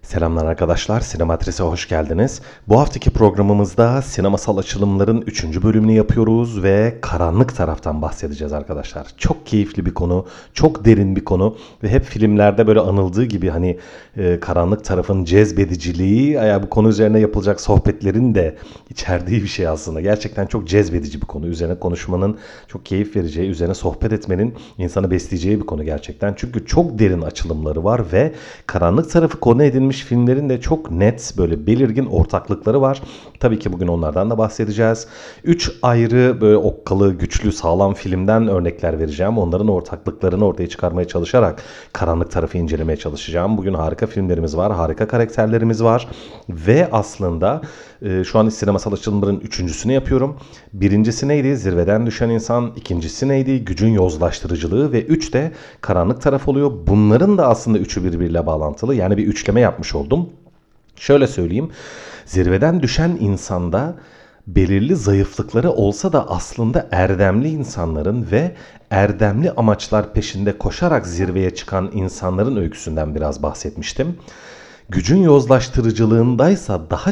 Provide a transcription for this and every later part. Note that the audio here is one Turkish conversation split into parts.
Selamlar arkadaşlar, Sinematris'e hoş geldiniz. Bu haftaki programımızda sinemasal açılımların 3. bölümünü yapıyoruz ve karanlık taraftan bahsedeceğiz arkadaşlar. Çok keyifli bir konu, çok derin bir konu ve hep filmlerde böyle anıldığı gibi karanlık tarafın cezbediciliği, bu konu üzerine yapılacak sohbetlerin de içerdiği bir şey aslında. Gerçekten çok cezbedici bir konu. Üzerine konuşmanın çok keyif vereceği, üzerine sohbet etmenin insanı besleyeceği bir konu gerçekten. Çünkü çok derin açılımları var ve karanlık tarafı konu edilmiş filmlerin de çok net böyle belirgin ortaklıkları var. Tabii ki bugün onlardan da bahsedeceğiz. 3 ayrı böyle okkalı, güçlü, sağlam filmden örnekler vereceğim. Onların ortaklıklarını ortaya çıkarmaya çalışarak karanlık tarafı incelemeye çalışacağım. Bugün harika filmlerimiz var, harika karakterlerimiz var ve aslında şu an sinemasal açılımların 3.'sünü yapıyorum. Birincisi neydi? Zirveden düşen insan. İkincisi neydi? Gücün yozlaştırıcılığı ve 3 de karanlık taraf oluyor. Bunların da aslında üçü birbiriyle bağlantılı. Yani bir üçleme yapmış oldum. Şöyle söyleyeyim. Zirveden düşen insanda belirli zayıflıkları olsa da aslında erdemli insanların ve erdemli amaçlar peşinde koşarak zirveye çıkan insanların öyküsünden biraz bahsetmiştim. Gücün yozlaştırıcılığındaysa daha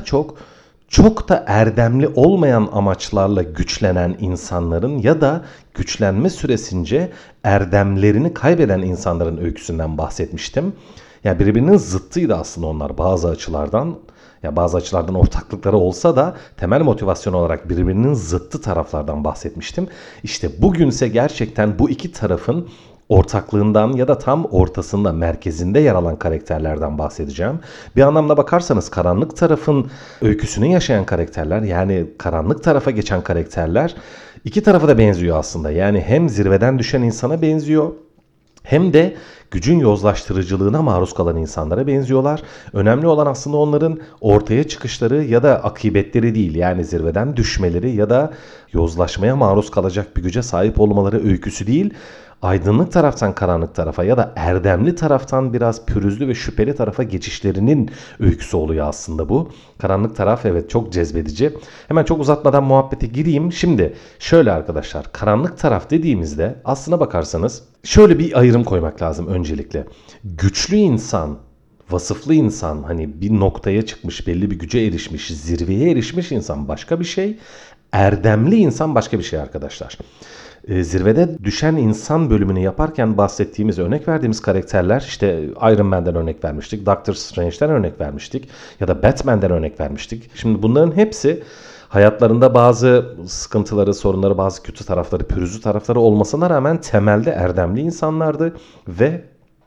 çok da erdemli olmayan amaçlarla güçlenen insanların ya da güçlenme süresince erdemlerini kaybeden insanların öyküsünden bahsetmiştim. Yani birbirinin zıttıydı aslında onlar bazı açılardan. Ya bazı açılardan ortaklıkları olsa da temel motivasyon olarak birbirinin zıttı taraflardan bahsetmiştim. İşte bugünse gerçekten bu iki tarafın ortaklığından ya da tam ortasında, merkezinde yer alan karakterlerden bahsedeceğim. Bir anlamda bakarsanız karanlık tarafın öyküsünü yaşayan karakterler, yani karanlık tarafa geçen karakterler iki tarafa da benziyor aslında. Yani hem zirveden düşen insana benziyor, hem de gücün yozlaştırıcılığına maruz kalan insanlara benziyorlar. Önemli olan aslında onların ortaya çıkışları ya da akıbetleri değil. Yani zirveden düşmeleri ya da yozlaşmaya maruz kalacak bir güce sahip olmaları öyküsü değil. Aydınlık taraftan karanlık tarafa ya da erdemli taraftan biraz pürüzlü ve şüpheli tarafa geçişlerinin öyküsü oluyor aslında bu. Karanlık taraf evet çok cezbedici. Hemen çok uzatmadan muhabbete gireyim. Şimdi şöyle arkadaşlar, karanlık taraf dediğimizde aslına bakarsanız şöyle bir ayrım koymak lazım öncelikle. Güçlü insan, vasıflı insan, hani bir noktaya çıkmış, belli bir güce erişmiş, zirveye erişmiş insan başka bir şey. Erdemli insan başka bir şey arkadaşlar. Zirvede düşen insan bölümünü yaparken bahsettiğimiz, örnek verdiğimiz karakterler, işte Iron Man'den örnek vermiştik, Doctor Strange'den örnek vermiştik ya da Batman'den örnek vermiştik. Şimdi bunların hepsi hayatlarında bazı sıkıntıları, sorunları, bazı kötü tarafları, pürüzlü tarafları olmasına rağmen temelde erdemli insanlardı ve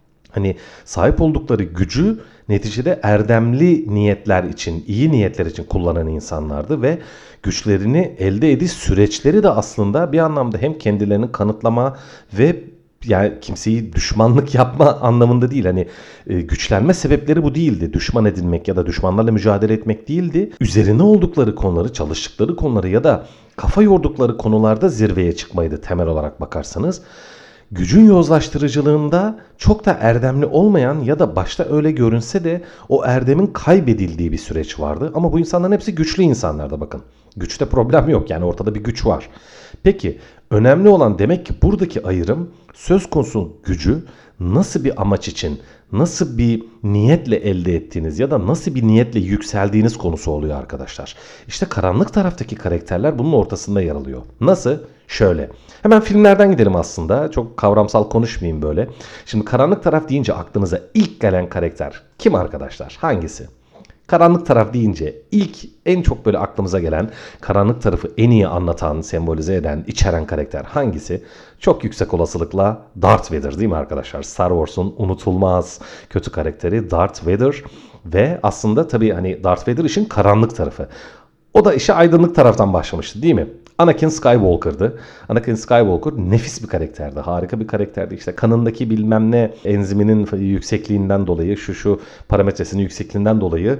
sahip oldukları gücü neticede erdemli niyetler için, iyi niyetler için kullanan insanlardı ve güçlerini elde ediş süreçleri de aslında bir anlamda hem kendilerini kanıtlama ve yani kimseyi düşmanlık yapma anlamında değil. Güçlenme sebepleri bu değildi. Düşman edilmek ya da düşmanlarla mücadele etmek değildi. Üzerine oldukları konuları, çalıştıkları konuları ya da kafa yordukları konularda zirveye çıkmaydı temel olarak bakarsanız. Gücün yozlaştırıcılığında çok da erdemli olmayan ya da başta öyle görünse de o erdemin kaybedildiği bir süreç vardı. Ama bu insanların hepsi güçlü insanlardı bakın. Güçte problem yok, yani ortada bir güç var. Peki önemli olan demek ki buradaki ayrım söz konusu gücü nasıl bir amaç için, nasıl bir niyetle elde ettiğiniz ya da nasıl bir niyetle yükseldiğiniz konusu oluyor arkadaşlar. İşte karanlık taraftaki karakterler bunun ortasında yer alıyor. Nasıl? Şöyle. Hemen filmlerden gidelim aslında. Çok kavramsal konuşmayayım böyle. Şimdi karanlık taraf deyince aklınıza ilk gelen karakter kim arkadaşlar? Hangisi? Karanlık taraf deyince en çok böyle aklımıza gelen, karanlık tarafı en iyi anlatan, sembolize eden, içeren karakter hangisi? Çok yüksek olasılıkla Darth Vader değil mi arkadaşlar? Star Wars'un unutulmaz kötü karakteri Darth Vader ve aslında tabii Darth Vader işin karanlık tarafı. O da işe aydınlık taraftan başlamıştı değil mi? Anakin Skywalker'dı. Anakin Skywalker nefis bir karakterdi. Harika bir karakterdi. İşte kanındaki bilmem ne enziminin yüksekliğinden dolayı, şu parametresinin yüksekliğinden dolayı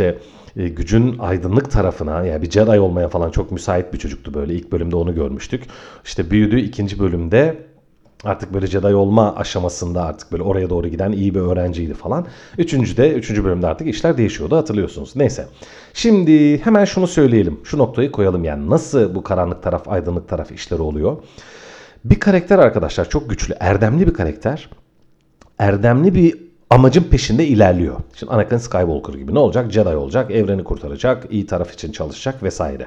gücün aydınlık tarafına, yani bir Jedi olmaya falan çok müsait bir çocuktu böyle. İlk bölümde onu görmüştük. İşte büyüdü, ikinci bölümde artık böyle Jedi olma aşamasında artık böyle oraya doğru giden iyi bir öğrenciydi falan. Üçüncü bölümde artık işler değişiyordu, hatırlıyorsunuz. Neyse. Şimdi hemen şunu söyleyelim. Şu noktayı koyalım, yani nasıl bu karanlık taraf, aydınlık taraf işleri oluyor. Bir karakter arkadaşlar çok güçlü, erdemli bir karakter. Erdemli bir amacın peşinde ilerliyor. Şimdi Anakin Skywalker gibi ne olacak? Jedi olacak, evreni kurtaracak, iyi taraf için çalışacak vesaire.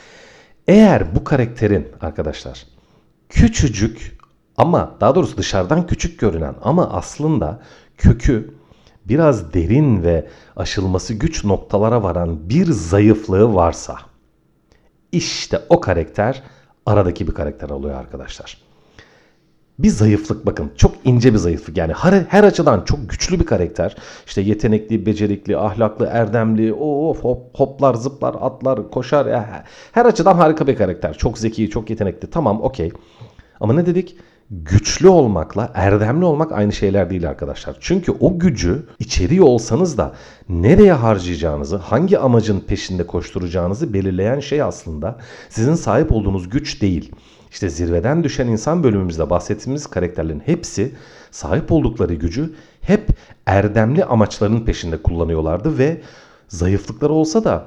Eğer bu karakterin arkadaşlar küçücük ama daha doğrusu dışarıdan küçük görünen ama aslında kökü biraz derin ve aşılması güç noktalara varan bir zayıflığı varsa işte o karakter aradaki bir karakter oluyor arkadaşlar. Bir zayıflık, bakın çok ince bir zayıflık, yani her açıdan çok güçlü bir karakter. İşte yetenekli, becerikli, ahlaklı, erdemli, hoplar, zıplar, atlar, koşar, her açıdan harika bir karakter. Çok zeki, çok yetenekli, tamam, okey. Ama ne dedik? Güçlü olmakla erdemli olmak aynı şeyler değil arkadaşlar. Çünkü o gücü içeriyor olsanız da nereye harcayacağınızı, hangi amacın peşinde koşturacağınızı belirleyen şey aslında sizin sahip olduğunuz güç değil. İşte Zirveden Düşen İnsan bölümümüzde bahsettiğimiz karakterlerin hepsi sahip oldukları gücü hep erdemli amaçların peşinde kullanıyorlardı ve zayıflıkları olsa da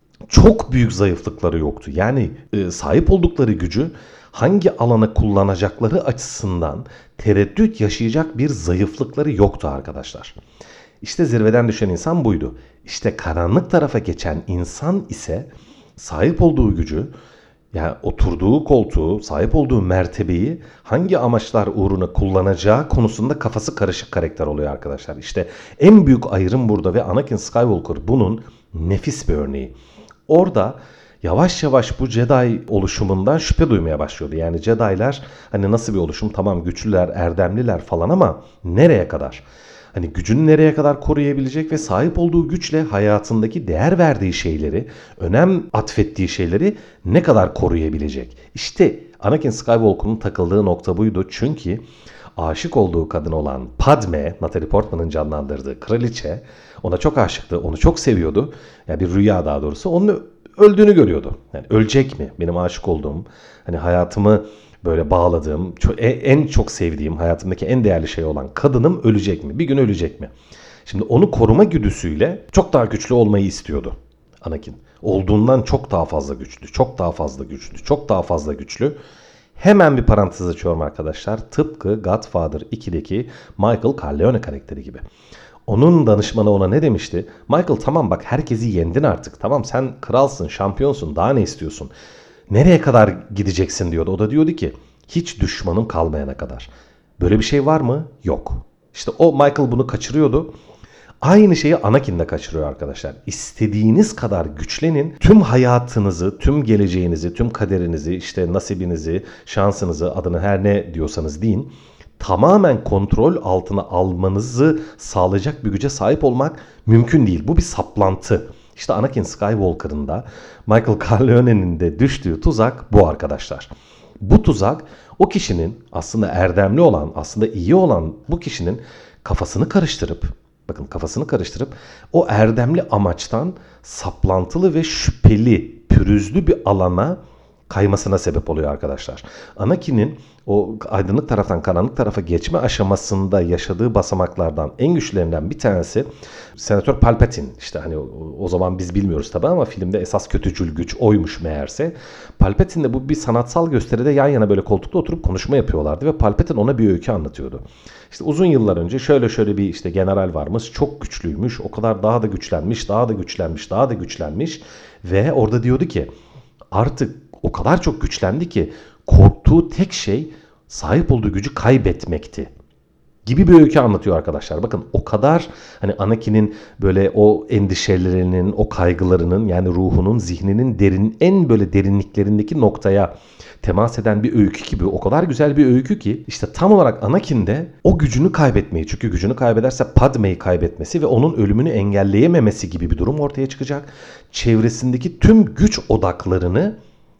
çok büyük zayıflıkları yoktu. Yani sahip oldukları gücü hangi alana kullanacakları açısından tereddüt yaşayacak bir zayıflıkları yoktu arkadaşlar. İşte Zirveden Düşen İnsan buydu. İşte karanlık tarafa geçen insan ise sahip olduğu gücü, yani oturduğu koltuğu, sahip olduğu mertebeyi hangi amaçlar uğruna kullanacağı konusunda kafası karışık karakter oluyor arkadaşlar. İşte en büyük ayrım burada ve Anakin Skywalker bunun nefis bir örneği. Orada yavaş yavaş bu Jedi oluşumundan şüphe duymaya başlıyordu. Yani Jedi'lar hani nasıl bir oluşum? Tamam, güçlüler, erdemliler falan ama nereye kadar? Hani gücünü nereye kadar koruyabilecek ve sahip olduğu güçle hayatındaki değer verdiği şeyleri, önem atfettiği şeyleri ne kadar koruyabilecek? İşte Anakin Skywalker'ın takıldığı nokta buydu. Çünkü aşık olduğu kadın olan Padme, Natalie Portman'ın canlandırdığı kraliçe, ona çok aşıktı, onu çok seviyordu. Yani bir rüya, daha doğrusu. Onun öldüğünü görüyordu. Yani ölecek mi? Benim aşık olduğum, hani hayatımı böyle bağladığım, en çok sevdiğim, hayatımdaki en değerli şey olan kadınım ölecek mi? Bir gün ölecek mi? Şimdi onu koruma güdüsüyle çok daha güçlü olmayı istiyordu Anakin. Olduğundan çok daha fazla güçlü, çok daha fazla güçlü, çok daha fazla güçlü. Hemen bir parantez açıyorum arkadaşlar. Tıpkı Godfather 2'deki Michael Corleone karakteri gibi. Onun danışmanı ona ne demişti? Michael, tamam bak, herkesi yendin artık. Tamam, sen kralsın, şampiyonsun, daha ne istiyorsun? Nereye kadar gideceksin diyordu. O da diyordu ki hiç düşmanım kalmayana kadar. Böyle bir şey var mı? Yok. İşte o Michael bunu kaçırıyordu. Aynı şeyi Anakin de kaçırıyor arkadaşlar. İstediğiniz kadar güçlenin. Tüm hayatınızı, tüm geleceğinizi, tüm kaderinizi, işte nasibinizi, şansınızı, adını her ne diyorsanız deyin, tamamen kontrol altına almanızı sağlayacak bir güce sahip olmak mümkün değil. Bu bir saplantı. İşte Anakin Skywalker'ın da Michael Corleone'nin de düştüğü tuzak bu arkadaşlar. Bu tuzak o kişinin aslında erdemli olan, aslında iyi olan bu kişinin kafasını karıştırıp, bakın kafasını karıştırıp o erdemli amaçtan saplantılı ve şüpheli, pürüzlü bir alana kaymasına sebep oluyor arkadaşlar. Anakin'in o aydınlık taraftan karanlık tarafa geçme aşamasında yaşadığı basamaklardan en güçlerinden bir tanesi Senatör Palpatine. İşte hani o zaman biz bilmiyoruz tabii ama filmde esas kötücül güç oymuş meğerse. Palpatine'le bu bir sanatsal gösteride yan yana böyle koltukta oturup konuşma yapıyorlardı ve Palpatine ona bir öykü anlatıyordu. İşte uzun yıllar önce şöyle bir işte general varmış, çok güçlüymüş, o kadar daha da güçlenmiş, daha da güçlenmiş, daha da güçlenmiş ve orada diyordu ki artık o kadar çok güçlendi ki korktuğu tek şey sahip olduğu gücü kaybetmekti gibi bir öykü anlatıyor arkadaşlar. Bakın o kadar hani Anakin'in böyle o endişelerinin, o kaygılarının, yani ruhunun, zihninin en böyle derinliklerindeki noktaya temas eden bir öykü gibi, o kadar güzel bir öykü ki işte tam olarak Anakin'de o gücünü kaybetmeyi, çünkü gücünü kaybederse Padme'yi kaybetmesi ve onun ölümünü engelleyememesi gibi bir durum ortaya çıkacak. Çevresindeki tüm güç odaklarını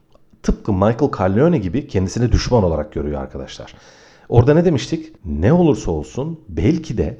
tıpkı Michael Corleone gibi kendisine düşman olarak görüyor arkadaşlar. Orada ne demiştik? Ne olursa olsun belki de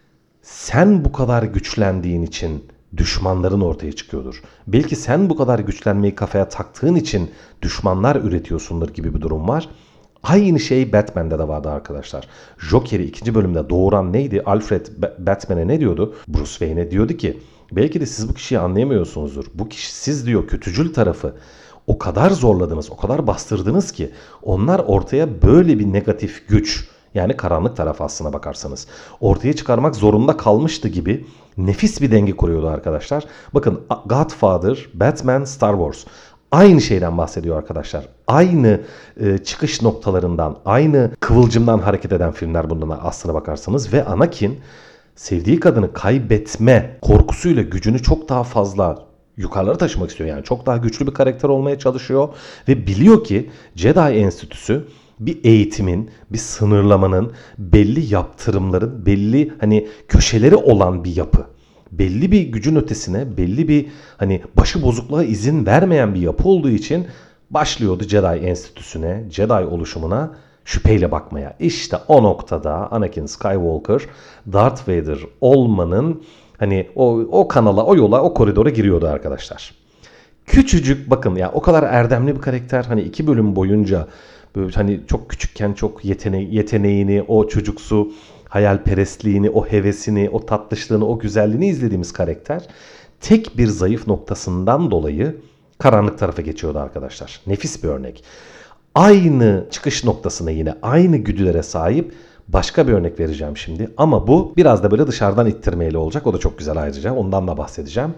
sen bu kadar güçlendiğin için düşmanların ortaya çıkıyordur. Belki sen bu kadar güçlenmeyi kafaya taktığın için düşmanlar üretiyorsundur gibi bir durum var. Aynı şey Batman'de de vardı arkadaşlar. Joker'i 2. bölümde doğuran neydi? Alfred Batman'e ne diyordu? Bruce Wayne'e diyordu ki belki de siz bu kişiyi anlayamıyorsunuzdur. Bu kişi, siz diyor, kötücül tarafı o kadar zorladınız, o kadar bastırdınız ki onlar ortaya böyle bir negatif güç, Yani karanlık taraf aslına bakarsanız. Ortaya çıkarmak zorunda kalmıştı gibi nefis bir denge kuruyordu arkadaşlar. Bakın Godfather, Batman, Star Wars. Aynı şeyden bahsediyor arkadaşlar. Aynı çıkış noktalarından, aynı kıvılcımdan hareket eden filmler bundan aslına bakarsanız. Ve Anakin sevdiği kadını kaybetme korkusuyla gücünü çok daha fazla yukarılara taşımak istiyor. Yani çok daha güçlü bir karakter olmaya çalışıyor. Ve biliyor ki Jedi Enstitüsü bir eğitimin, bir sınırlamanın, belli yaptırımların, belli hani köşeleri olan bir yapı. Belli bir gücün ötesine, belli bir hani başı bozukluğa izin vermeyen bir yapı olduğu için başlıyordu Jedi Enstitüsü'ne, Jedi oluşumuna şüpheyle bakmaya. İşte o noktada Anakin Skywalker, Darth Vader olmanın hani o kanala, o yola, o koridora giriyordu arkadaşlar. Küçücük bakın ya o kadar erdemli bir karakter hani 2 bölüm boyunca böyle hani çok küçükken çok yeteneğini, o çocuksu hayalperestliğini, o hevesini, o tatlışlığını, o güzelliğini izlediğimiz karakter tek bir zayıf noktasından dolayı karanlık tarafa geçiyordu arkadaşlar. Nefis bir örnek. Aynı çıkış noktasına yine aynı güdülere sahip başka bir örnek vereceğim şimdi. Ama bu biraz da böyle dışarıdan ittirmeyle olacak. O da çok güzel ayrıca. Ondan da bahsedeceğim.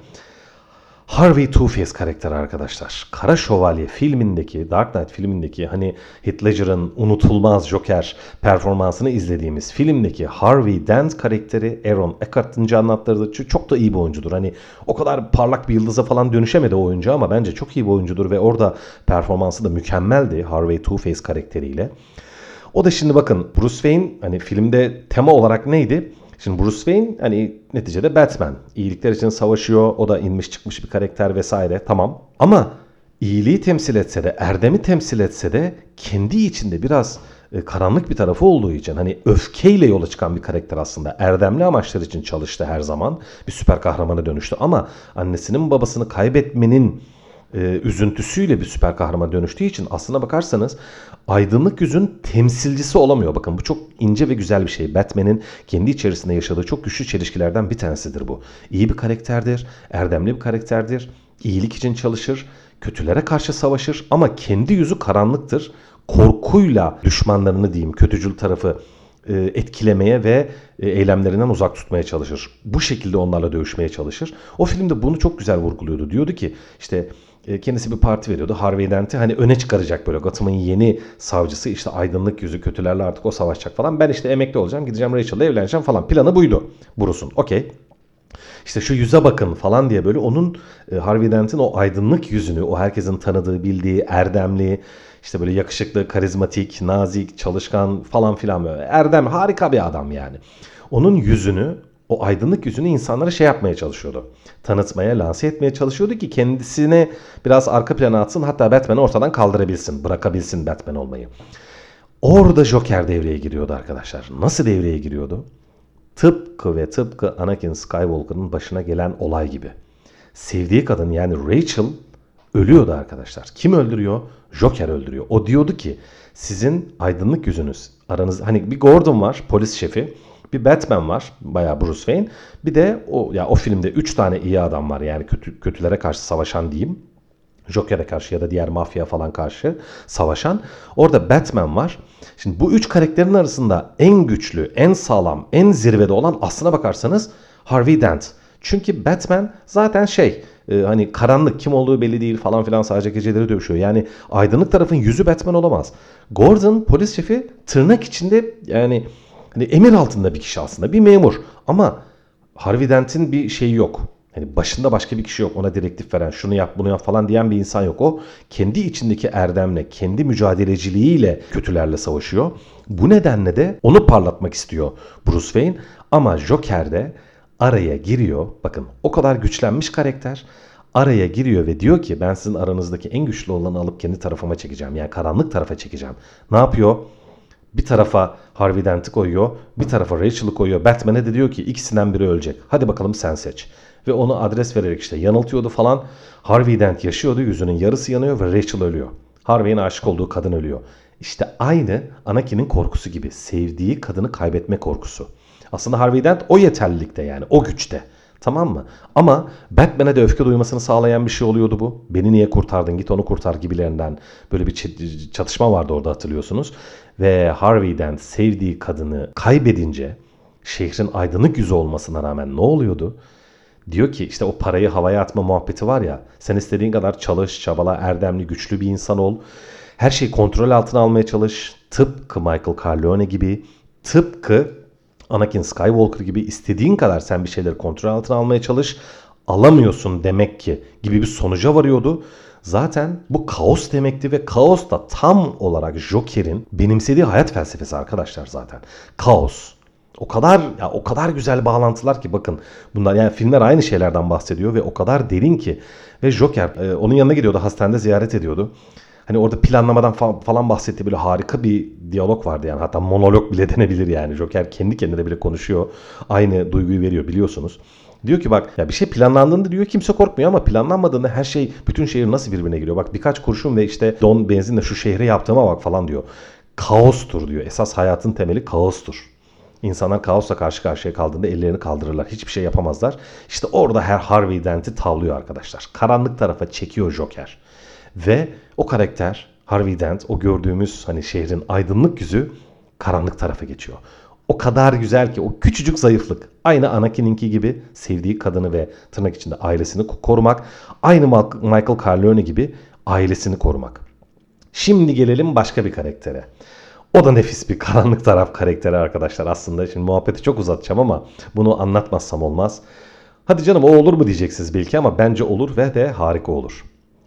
Harvey Two-Face karakteri arkadaşlar. Kara Şövalye filmindeki, Dark Knight filmindeki hani Heath Ledger'ın unutulmaz Joker performansını izlediğimiz filmdeki Harvey Dent karakteri Aaron Eckhart'ın canlandırdığı çok da iyi bir oyuncudur. Hani o kadar parlak bir yıldıza falan dönüşemedi o oyuncu ama bence çok iyi bir oyuncudur ve orada performansı da mükemmeldi Harvey Two-Face karakteriyle. O da şimdi bakın Bruce Wayne hani filmde tema olarak neydi? Şimdi Bruce Wayne hani neticede Batman. İyilikler için savaşıyor. O da inmiş çıkmış bir karakter vesaire. Tamam. Ama iyiliği temsil etse de, erdemi temsil etse de kendi içinde biraz karanlık bir tarafı olduğu için hani öfkeyle yola çıkan bir karakter aslında. Erdemli amaçlar için çalıştı her zaman. Bir süper kahramana dönüştü ama annesinin babasını kaybetmenin üzüntüsüyle bir süper kahraman dönüştüğü için aslına bakarsanız aydınlık yüzün temsilcisi olamıyor. Bakın bu çok ince ve güzel bir şey. Batman'in kendi içerisinde yaşadığı çok güçlü çelişkilerden bir tanesidir bu. İyi bir karakterdir, erdemli bir karakterdir, iyilik için çalışır, kötülere karşı savaşır ama kendi yüzü karanlıktır. Korkuyla düşmanlarını diyeyim, kötücül tarafı etkilemeye ve eylemlerinden uzak tutmaya çalışır. Bu şekilde onlarla dövüşmeye çalışır. O filmde bunu çok güzel vurguluyordu. Diyordu ki işte kendisi bir parti veriyordu. Harvey Dent'i hani öne çıkaracak böyle. Gotham'ın yeni savcısı işte aydınlık yüzü kötülerle artık o savaşacak falan. Ben işte emekli olacağım gideceğim Rachel'la evleneceğim falan. Planı buydu Bruce'un. Okey. İşte şu yüze bakın falan diye böyle onun Harvey Dent'in o aydınlık yüzünü, o herkesin tanıdığı, bildiği, erdemli, işte böyle yakışıklı, karizmatik, nazik, çalışkan falan filan böyle. Erdem harika bir adam yani. Onun yüzünü, o aydınlık yüzünü insanlara şey yapmaya çalışıyordu. Tanıtmaya, lanse etmeye çalışıyordu ki kendisine biraz arka plana atsın. Hatta Batman'i ortadan kaldırabilsin, bırakabilsin Batman olmayı. Orada Joker devreye giriyordu arkadaşlar. Nasıl devreye giriyordu? Tıpkı Anakin Skywalker'ın başına gelen olay gibi. Sevdiği kadın yani Rachel ölüyordu arkadaşlar. Kim öldürüyor? Joker öldürüyor. O diyordu ki sizin aydınlık yüzünüz aranızda hani bir Gordon var polis şefi. Bir Batman var bayağı Bruce Wayne. Bir de o filmde 3 tane iyi adam var yani kötülere karşı savaşan diyeyim. Joker'e karşı ya da diğer mafya falan karşı savaşan. Orada Batman var. Şimdi bu 3 karakterin arasında en güçlü, en sağlam, en zirvede olan aslına bakarsanız Harvey Dent. Çünkü Batman zaten hani karanlık kim olduğu belli değil falan filan sadece geceleri dövüşüyor. Yani aydınlık tarafın yüzü Batman olamaz. Gordon polis şefi tırnak içinde yani hani emir altında bir kişi aslında bir memur. Ama Harvey Dent'in bir şeyi yok. Yani başında başka bir kişi yok ona direktif veren şunu yap bunu yap falan diyen bir insan yok. O kendi içindeki erdemle, kendi mücadeleciliğiyle kötülerle savaşıyor. Bu nedenle de onu parlatmak istiyor Bruce Wayne. Ama Joker de araya giriyor. Bakın o kadar güçlenmiş karakter. Araya giriyor ve diyor ki ben sizin aranızdaki en güçlü olanı alıp kendi tarafıma çekeceğim. Yani karanlık tarafa çekeceğim. Ne yapıyor? Bir tarafa Harvey Dent'i koyuyor. Bir tarafa Rachel'ı koyuyor. Batman'e de diyor ki ikisinden biri ölecek. Hadi bakalım sen seç. Ve onu adres vererek işte yanıltıyordu falan. Harvey Dent yaşıyordu. Yüzünün yarısı yanıyor ve Rachel ölüyor. Harvey'in aşık olduğu kadın ölüyor. İşte aynı Anakin'in korkusu gibi. Sevdiği kadını kaybetme korkusu. Aslında Harvey Dent o yeterlilikte yani o güçte. Tamam mı? Ama Batman'e de öfke duymasını sağlayan bir şey oluyordu bu. Beni niye kurtardın, git onu kurtar gibilerinden böyle bir çatışma vardı orada, hatırlıyorsunuz. Ve Harvey Dent sevdiği kadını kaybedince şehrin aydınlık yüzü olmasına rağmen ne oluyordu? Diyor ki işte o parayı havaya atma muhabbeti var ya. Sen istediğin kadar çalış, çabala, erdemli, güçlü bir insan ol. Her şeyi kontrol altına almaya çalış. Tıpkı Michael Corleone gibi, tıpkı Anakin Skywalker gibi istediğin kadar sen bir şeyleri kontrol altına almaya çalış. Alamıyorsun demek ki gibi bir sonuca varıyordu. Zaten bu kaos demekti ve kaos da tam olarak Joker'in benimsediği hayat felsefesi arkadaşlar zaten. Kaos. O kadar güzel bağlantılar ki bakın, bunlar yani filmler aynı şeylerden bahsediyor ve o kadar derin ki. Ve Joker onun yanına gidiyordu, hastanede ziyaret ediyordu. Hani orada planlamadan falan bahsettiği böyle harika bir diyalog vardı yani, hatta monolog bile denebilir yani. Joker kendi kendine bile konuşuyor, aynı duyguyu veriyor biliyorsunuz. Diyor ki bak ya, bir şey planlandığında diyor kimse korkmuyor ama planlanmadığında her şey, bütün şehir nasıl birbirine giriyor. Bak birkaç kurşun ve işte don benzinle şu şehre yaptığıma bak falan diyor. Kaostur diyor. Esas hayatın temeli kaostur. İnsanlar kaosla karşı karşıya kaldığında ellerini kaldırırlar. Hiçbir şey yapamazlar. İşte orada her Harvey Dent'i tavlıyor arkadaşlar. Karanlık tarafa çekiyor Joker. Ve o karakter Harvey Dent, o gördüğümüz hani şehrin aydınlık yüzü, karanlık tarafa geçiyor. O kadar güzel ki o küçücük zayıflık. Aynı Anakin'inki gibi sevdiği kadını ve tırnak içinde ailesini korumak. Aynı Michael Corleone gibi ailesini korumak. Şimdi gelelim başka bir karaktere. O da nefis bir karanlık taraf karakteri arkadaşlar aslında. Şimdi muhabbeti çok uzatacağım ama bunu anlatmazsam olmaz. Hadi canım o olur mu diyeceksiniz belki ama bence olur ve de harika olur.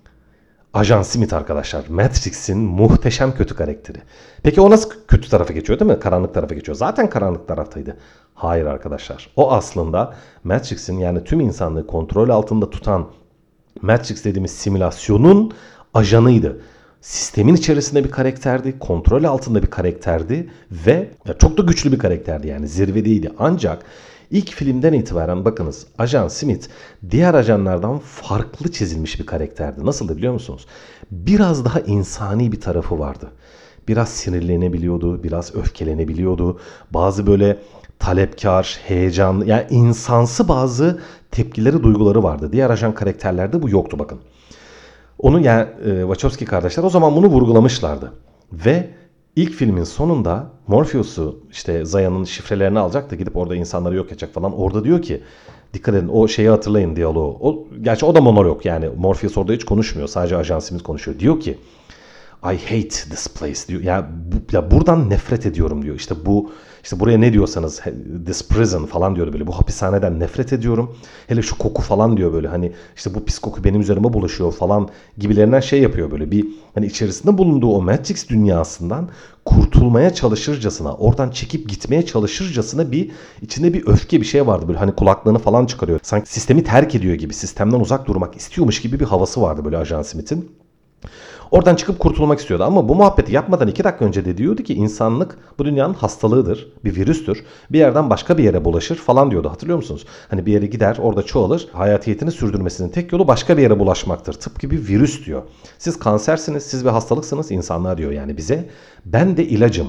Ajan Smith arkadaşlar. Matrix'in muhteşem kötü karakteri. Peki o nasıl kötü tarafa geçiyor değil mi? Karanlık tarafa geçiyor. Zaten karanlık taraftaydı. Hayır arkadaşlar. O aslında Matrix'in, yani tüm insanlığı kontrol altında tutan Matrix dediğimiz simülasyonun ajanıydı. Sistemin içerisinde bir karakterdi, kontrol altında bir karakterdi ve çok da güçlü bir karakterdi, yani zirvedeydi. Ancak ilk filmden itibaren bakınız, Ajan Smith diğer ajanlardan farklı çizilmiş bir karakterdi. Nasıldı biliyor musunuz? Biraz daha insani bir tarafı vardı. Biraz sinirlenebiliyordu, biraz öfkelenebiliyordu. Bazı böyle talepkar, heyecanlı, yani insansı bazı tepkileri, duyguları vardı. Diğer ajan karakterlerde bu yoktu bakın. Onu yani Wachowski kardeşler o zaman bunu vurgulamışlardı. Ve ilk filmin sonunda Morpheus'u, işte Zaya'nın şifrelerini alacak da gidip orada insanları yok edecek falan. Orada diyor ki, dikkat edin o şeyi hatırlayın, diyaloğu. Gerçi o da monolog, yani Morpheus orada hiç konuşmuyor. Sadece Ajan Smith konuşuyor. Diyor ki I hate this place diyor. Ya buradan nefret ediyorum diyor. İşte buraya ne diyorsanız, this prison falan diyordu böyle. Bu hapishaneden nefret ediyorum. Hele şu koku falan diyor böyle. Hani işte bu pis koku benim üzerime bulaşıyor falan gibilerinden şey yapıyor böyle. Bir hani içerisinde bulunduğu o Matrix dünyasından kurtulmaya çalışırcasına, oradan çekip gitmeye çalışırcasına bir içinde bir öfke, bir şey vardı böyle. Hani kulaklığını falan çıkarıyor. Sanki sistemi terk ediyor gibi, sistemden uzak durmak istiyormuş gibi bir havası vardı böyle Ajan Smith'in. Oradan çıkıp kurtulmak istiyordu ama bu muhabbeti yapmadan 2 dakika önce de diyordu ki insanlık bu dünyanın hastalığıdır, bir virüstür. Bir yerden başka bir yere bulaşır falan diyordu, hatırlıyor musunuz? Hani bir yere gider, orada çoğalır, hayatiyetini sürdürmesinin tek yolu başka bir yere bulaşmaktır. Tıpkı bir virüs diyor. Siz kansersiniz, siz bir hastalıksınız insanlığa diyor yani bize. Ben de ilacım.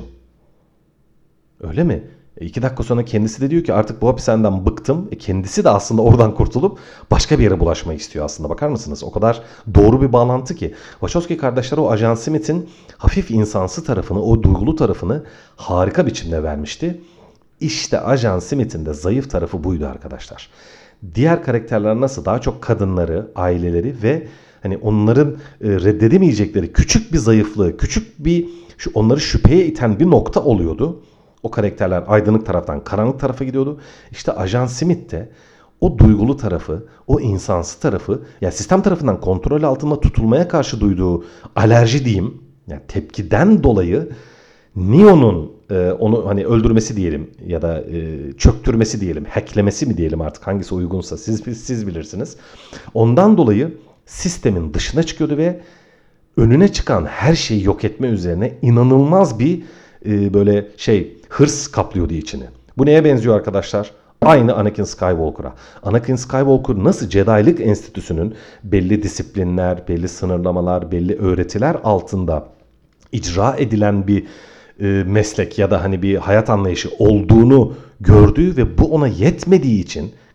Öyle mi? 2 dakika sonra kendisi de diyor ki artık bu hapishaneden bıktım. Kendisi de aslında oradan kurtulup başka bir yere bulaşmayı istiyor aslında. Bakar mısınız? O kadar doğru bir bağlantı ki. Wachowski kardeşler o Ajan Smith'in hafif insansı tarafını, o duygulu tarafını harika biçimde vermişti. İşte Ajan Smith'in de zayıf tarafı buydu arkadaşlar. Diğer karakterler nasıl? Daha çok kadınları, aileleri ve hani onların reddedemeyecekleri küçük bir zayıflığı, küçük bir onları şüpheye iten bir nokta oluyordu. O karakterler aydınlık taraftan karanlık tarafa gidiyordu. İşte Ajan Smith de o duygulu tarafı, o insansı tarafı, yani sistem tarafından kontrol altında tutulmaya karşı duyduğu alerji diyeyim, yani tepkiden dolayı Neo'nun onu hani öldürmesi diyelim ya da çöktürmesi diyelim, hacklemesi mi diyelim, artık hangisi uygunsa siz bilirsiniz. Ondan dolayı sistemin dışına çıkıyordu ve önüne çıkan her şeyi yok etme üzerine inanılmaz bir böyle hırs kaplıyordu içini. Bu neye benziyor arkadaşlar? Aynı Anakin Skywalker'a. Anakin Skywalker nasıl Jedi'lik enstitüsünün belli disiplinler, belli sınırlamalar, belli öğretiler altında icra edilen bir meslek ya da hani bir hayat anlayışı olduğunu gördüğü ve bu ona yetmediği için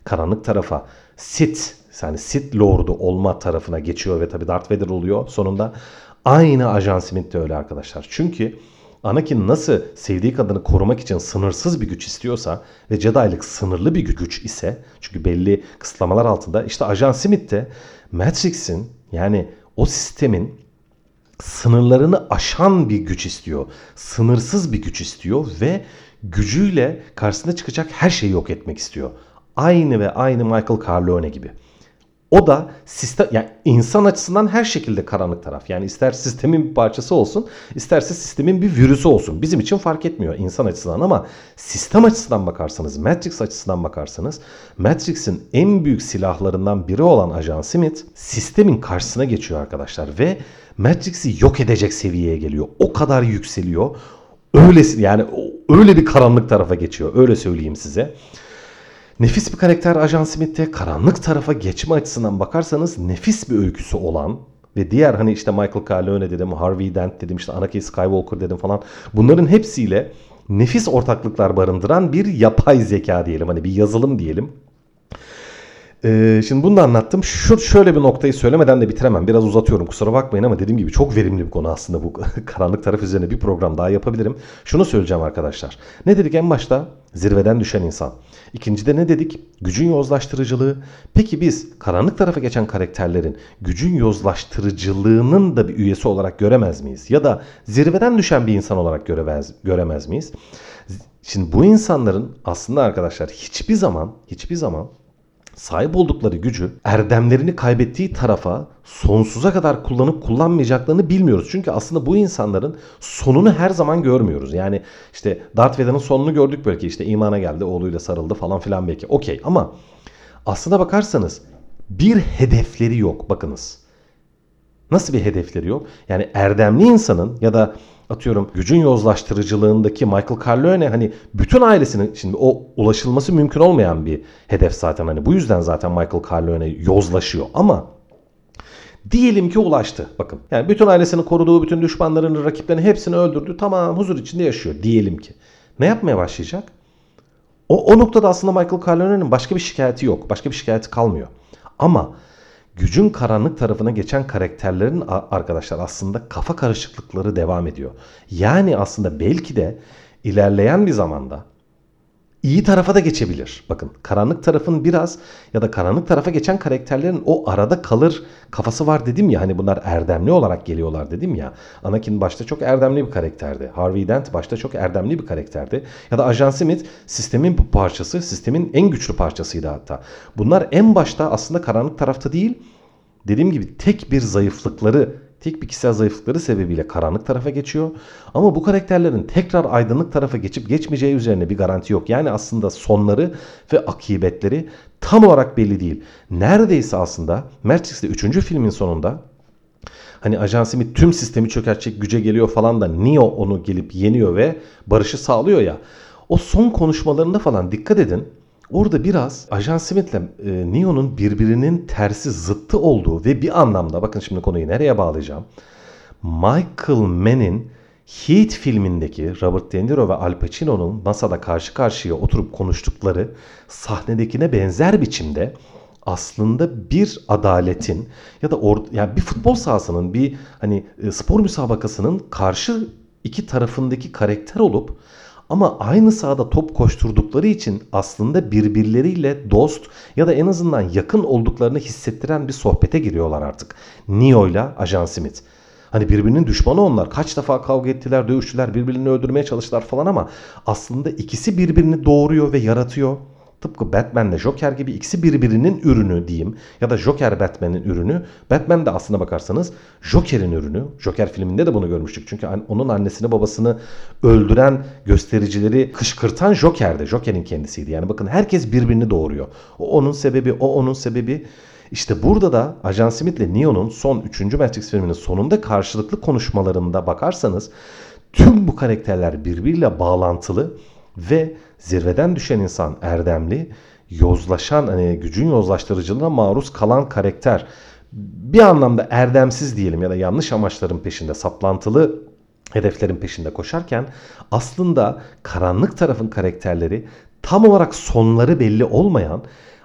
karanlık tarafa Sith, yani Sith Lord'u olma tarafına geçiyor ve tabii Darth Vader oluyor sonunda. Aynı Ajan Smith de öyle arkadaşlar. Çünkü Anakin nasıl sevdiği kadını korumak için sınırsız bir güç istiyorsa ve Jedi'lık sınırlı bir güç ise, çünkü belli kısıtlamalar altında, işte Ajan Smith de Matrix'in, yani o sistemin sınırlarını aşan bir güç istiyor. Sınırsız bir güç istiyor ve gücüyle karşısına çıkacak her şeyi yok etmek istiyor. Aynı ve aynı Michael Corleone gibi. O da sistem, yani insan açısından her şekilde karanlık taraf. Yani ister sistemin bir parçası olsun, isterse sistemin bir virüsü olsun. Bizim için fark etmiyor insan açısından, ama sistem açısından bakarsanız, Matrix açısından bakarsanız, Matrix'in en büyük silahlarından biri olan Ajan Smith sistemin karşısına geçiyor arkadaşlar ve Matrix'i yok edecek seviyeye geliyor. O kadar yükseliyor. Öylesi, yani öyle bir karanlık tarafa geçiyor. Öyle söyleyeyim size. Nefis bir karakter Ajan Smith'te. Karanlık tarafa geçme açısından bakarsanız nefis bir öyküsü olan ve diğer, hani işte Michael Corleone dedim, Harvey Dent dedim, işte Anakin Skywalker dedim falan. Bunların hepsiyle nefis ortaklıklar barındıran bir yapay zeka diyelim. Hani bir yazılım diyelim. Şimdi bunu da anlattım. Şöyle bir noktayı söylemeden de bitiremem. Biraz uzatıyorum, kusura bakmayın, ama dediğim gibi çok verimli bir konu aslında bu. Karanlık taraf üzerine bir program daha yapabilirim. Şunu söyleyeceğim arkadaşlar. Ne dedik en başta? Zirveden düşen insan. İkincide ne dedik? Gücün yozlaştırıcılığı. Peki biz karanlık tarafa geçen karakterlerin gücün yozlaştırıcılığının da bir üyesi olarak göremez miyiz? Ya da zirveden düşen bir insan olarak göremez miyiz? Şimdi bu insanların aslında arkadaşlar hiçbir zaman sahip oldukları gücü erdemlerini kaybettiği tarafa sonsuza kadar kullanıp kullanmayacaklarını bilmiyoruz. Çünkü aslında bu insanların sonunu her zaman görmüyoruz. Yani işte Darth Vader'ın sonunu gördük, belki işte imana geldi, oğluyla sarıldı falan filan belki. Okey, ama aslına bakarsanız bir hedefleri yok. Bakınız. Nasıl bir hedefleri yok? Yani erdemli insanın ya da atıyorum gücün yozlaştırıcılığındaki Michael Corleone, hani bütün ailesinin, şimdi o ulaşılması mümkün olmayan bir hedef zaten, hani bu yüzden zaten Michael Corleone yozlaşıyor, ama diyelim ki ulaştı. Bakın, yani bütün ailesini koruduğu, bütün düşmanlarını, rakiplerini hepsini öldürdü, tamam, huzur içinde yaşıyor diyelim ki. Ne yapmaya başlayacak? O noktada aslında Michael Corleone'nin başka bir şikayeti yok. Başka bir şikayeti kalmıyor. Ama gücün karanlık tarafına geçen karakterlerin arkadaşlar aslında kafa karışıklıkları devam ediyor. Yani aslında belki de ilerleyen bir zamanda iyi tarafa da geçebilir. Bakın, karanlık tarafın biraz, ya da karanlık tarafa geçen karakterlerin o arada kalır kafası var dedim ya, hani bunlar erdemli olarak geliyorlar dedim ya. Anakin başta çok erdemli bir karakterdi. Harvey Dent başta çok erdemli bir karakterdi. Ya da Ajan Smith sistemin bu parçası, sistemin en güçlü parçasıydı hatta. Bunlar en başta aslında karanlık tarafta değil, dediğim gibi tek bir kişisel zayıflıkları sebebiyle karanlık tarafa geçiyor. Ama bu karakterlerin tekrar aydınlık tarafa geçip geçmeyeceği üzerine bir garanti yok. Yani aslında sonları ve akıbetleri tam olarak belli değil. Neredeyse aslında Matrix'te 3. filmin sonunda, hani Ajan Smith tüm sistemi çökertecek güce geliyor falan da Neo onu gelip yeniyor ve barışı sağlıyor ya. O son konuşmalarında falan dikkat edin. Orada biraz Ajan Smith'le Neo'nun birbirinin tersi, zıttı olduğu ve bir anlamda, bakın şimdi konuyu nereye bağlayacağım. Michael Mann'in Heat filmindeki Robert De Niro ve Al Pacino'nun masada karşı karşıya oturup konuştukları sahnedekine benzer biçimde aslında bir adaletin ya da yani bir futbol sahasının, bir hani spor müsabakasının karşı iki tarafındaki karakter olup ama aynı sahada top koşturdukları için aslında birbirleriyle dost ya da en azından yakın olduklarını hissettiren bir sohbete giriyorlar artık. Neo ile Ajan Smith. Hani birbirinin düşmanı onlar. Kaç defa kavga ettiler, dövüştüler, birbirlerini öldürmeye çalıştılar falan, ama aslında ikisi birbirini doğuruyor ve yaratıyor. Tıpkı Batman'le Joker gibi ikisi birbirinin ürünü diyeyim. Ya da Joker Batman'in ürünü. Batman de aslına bakarsanız Joker'in ürünü. Joker filminde de bunu görmüştük. Çünkü onun annesini babasını öldüren göstericileri kışkırtan Joker'di. Joker'in kendisiydi. Yani bakın, herkes birbirini doğuruyor. O onun sebebi, o onun sebebi. İşte burada da Ajan Smith ile Neo'nun son 3. Matrix filminin sonunda karşılıklı konuşmalarında bakarsanız tüm bu karakterler birbiriyle bağlantılı ve zirveden düşen insan erdemli, yozlaşan, hani gücün yozlaştırıcılığına maruz kalan karakter bir anlamda erdemsiz diyelim ya da yanlış amaçların peşinde, saplantılı hedeflerin peşinde koşarken aslında karanlık tarafın karakterleri tam olarak sonları belli olmayan,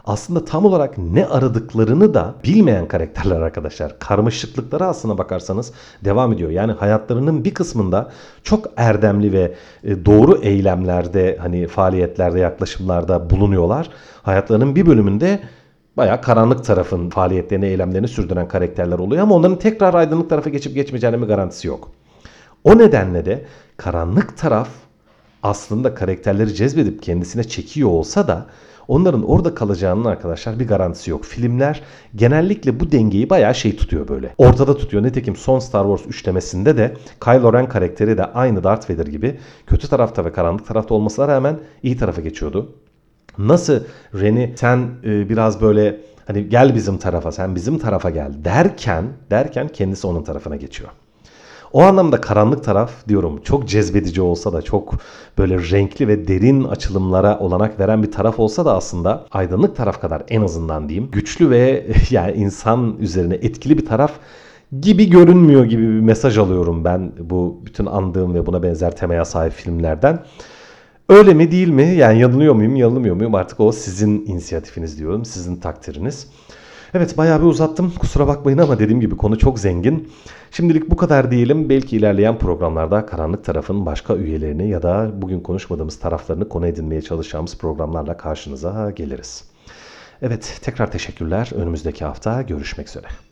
aslında tam olarak ne aradıklarını da bilmeyen karakterler arkadaşlar. Karmaşıklıkları aslına bakarsanız devam ediyor. Yani hayatlarının bir kısmında çok erdemli ve doğru eylemlerde, hani faaliyetlerde, yaklaşımlarda bulunuyorlar. Hayatlarının bir bölümünde bayağı karanlık tarafın faaliyetlerini, eylemlerini sürdüren karakterler oluyor ama onların tekrar aydınlık tarafa geçip geçmeyeceğinin bir garantisi yok. O nedenle de karanlık taraf aslında karakterleri cezbedip kendisine çekiyor olsa da onların orada kalacağının arkadaşlar bir garantisi yok. Filmler genellikle bu dengeyi bayağı tutuyor böyle. Ortada tutuyor. Nitekim son Star Wars üçlemesinde de Kylo Ren karakteri de aynı Darth Vader gibi kötü tarafta ve karanlık tarafta olmasına rağmen iyi tarafa geçiyordu. Nasıl Ren'i sen biraz böyle hani gel bizim tarafa, sen bizim tarafa gel derken kendisi onun tarafına geçiyor. O anlamda karanlık taraf diyorum çok cezbedici olsa da çok böyle renkli ve derin açılımlara olanak veren bir taraf olsa da aslında aydınlık taraf kadar en azından diyeyim güçlü ve yani insan üzerine etkili bir taraf gibi görünmüyor gibi bir mesaj alıyorum ben bu bütün andığım ve buna benzer temaya sahip filmlerden. Öyle mi değil mi? Yani yanılıyor muyum, yanılmıyor muyum? Artık o sizin inisiyatifiniz diyorum, sizin takdiriniz. Evet bayağı bir uzattım. Kusura bakmayın ama dediğim gibi konu çok zengin. Şimdilik bu kadar diyelim. Belki ilerleyen programlarda karanlık tarafın başka üyelerini ya da bugün konuşmadığımız taraflarını konu edinmeye çalışacağımız programlarla karşınıza geliriz. Evet tekrar teşekkürler. Önümüzdeki hafta görüşmek üzere.